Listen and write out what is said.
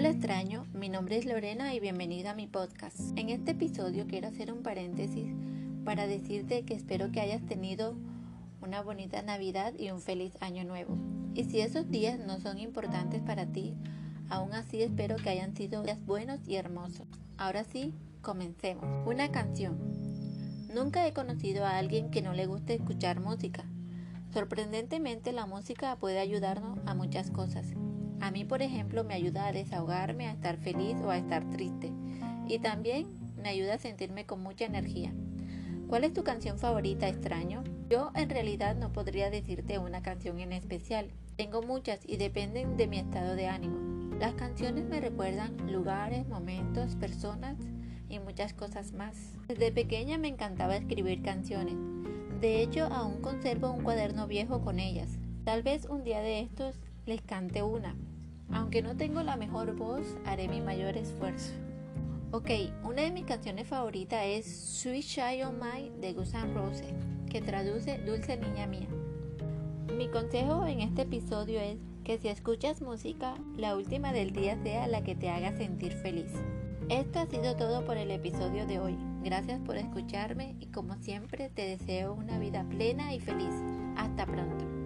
Hola extraño, mi nombre es Lorena y bienvenida a mi podcast. En este episodio quiero hacer un paréntesis para decirte que espero que hayas tenido una bonita Navidad y un feliz año nuevo. Y si esos días no son importantes para ti, aún así espero que hayan sido días buenos y hermosos. Ahora sí, comencemos. Una canción. Nunca he conocido a alguien que no le guste escuchar música. Sorprendentemente, la música puede ayudarnos a muchas cosas. A mí, por ejemplo, me ayuda a desahogarme, a estar feliz o a estar triste. Y también me ayuda a sentirme con mucha energía. ¿Cuál es tu canción favorita, extraño? Yo en realidad no podría decirte una canción en especial. Tengo muchas y dependen de mi estado de ánimo. Las canciones me recuerdan lugares, momentos, personas y muchas cosas más. Desde pequeña me encantaba escribir canciones. De hecho, aún conservo un cuaderno viejo con ellas. Tal vez un día de estos les cante una. Aunque no tengo la mejor voz, haré mi mayor esfuerzo. Ok, una de mis canciones favoritas es Sweet Child O' Mine de Guns N' Roses, que traduce Dulce Niña Mía. Mi consejo en este episodio es que si escuchas música, la última del día sea la que te haga sentir feliz. Esto ha sido todo por el episodio de hoy. Gracias por escucharme y como siempre te deseo una vida plena y feliz. Hasta pronto.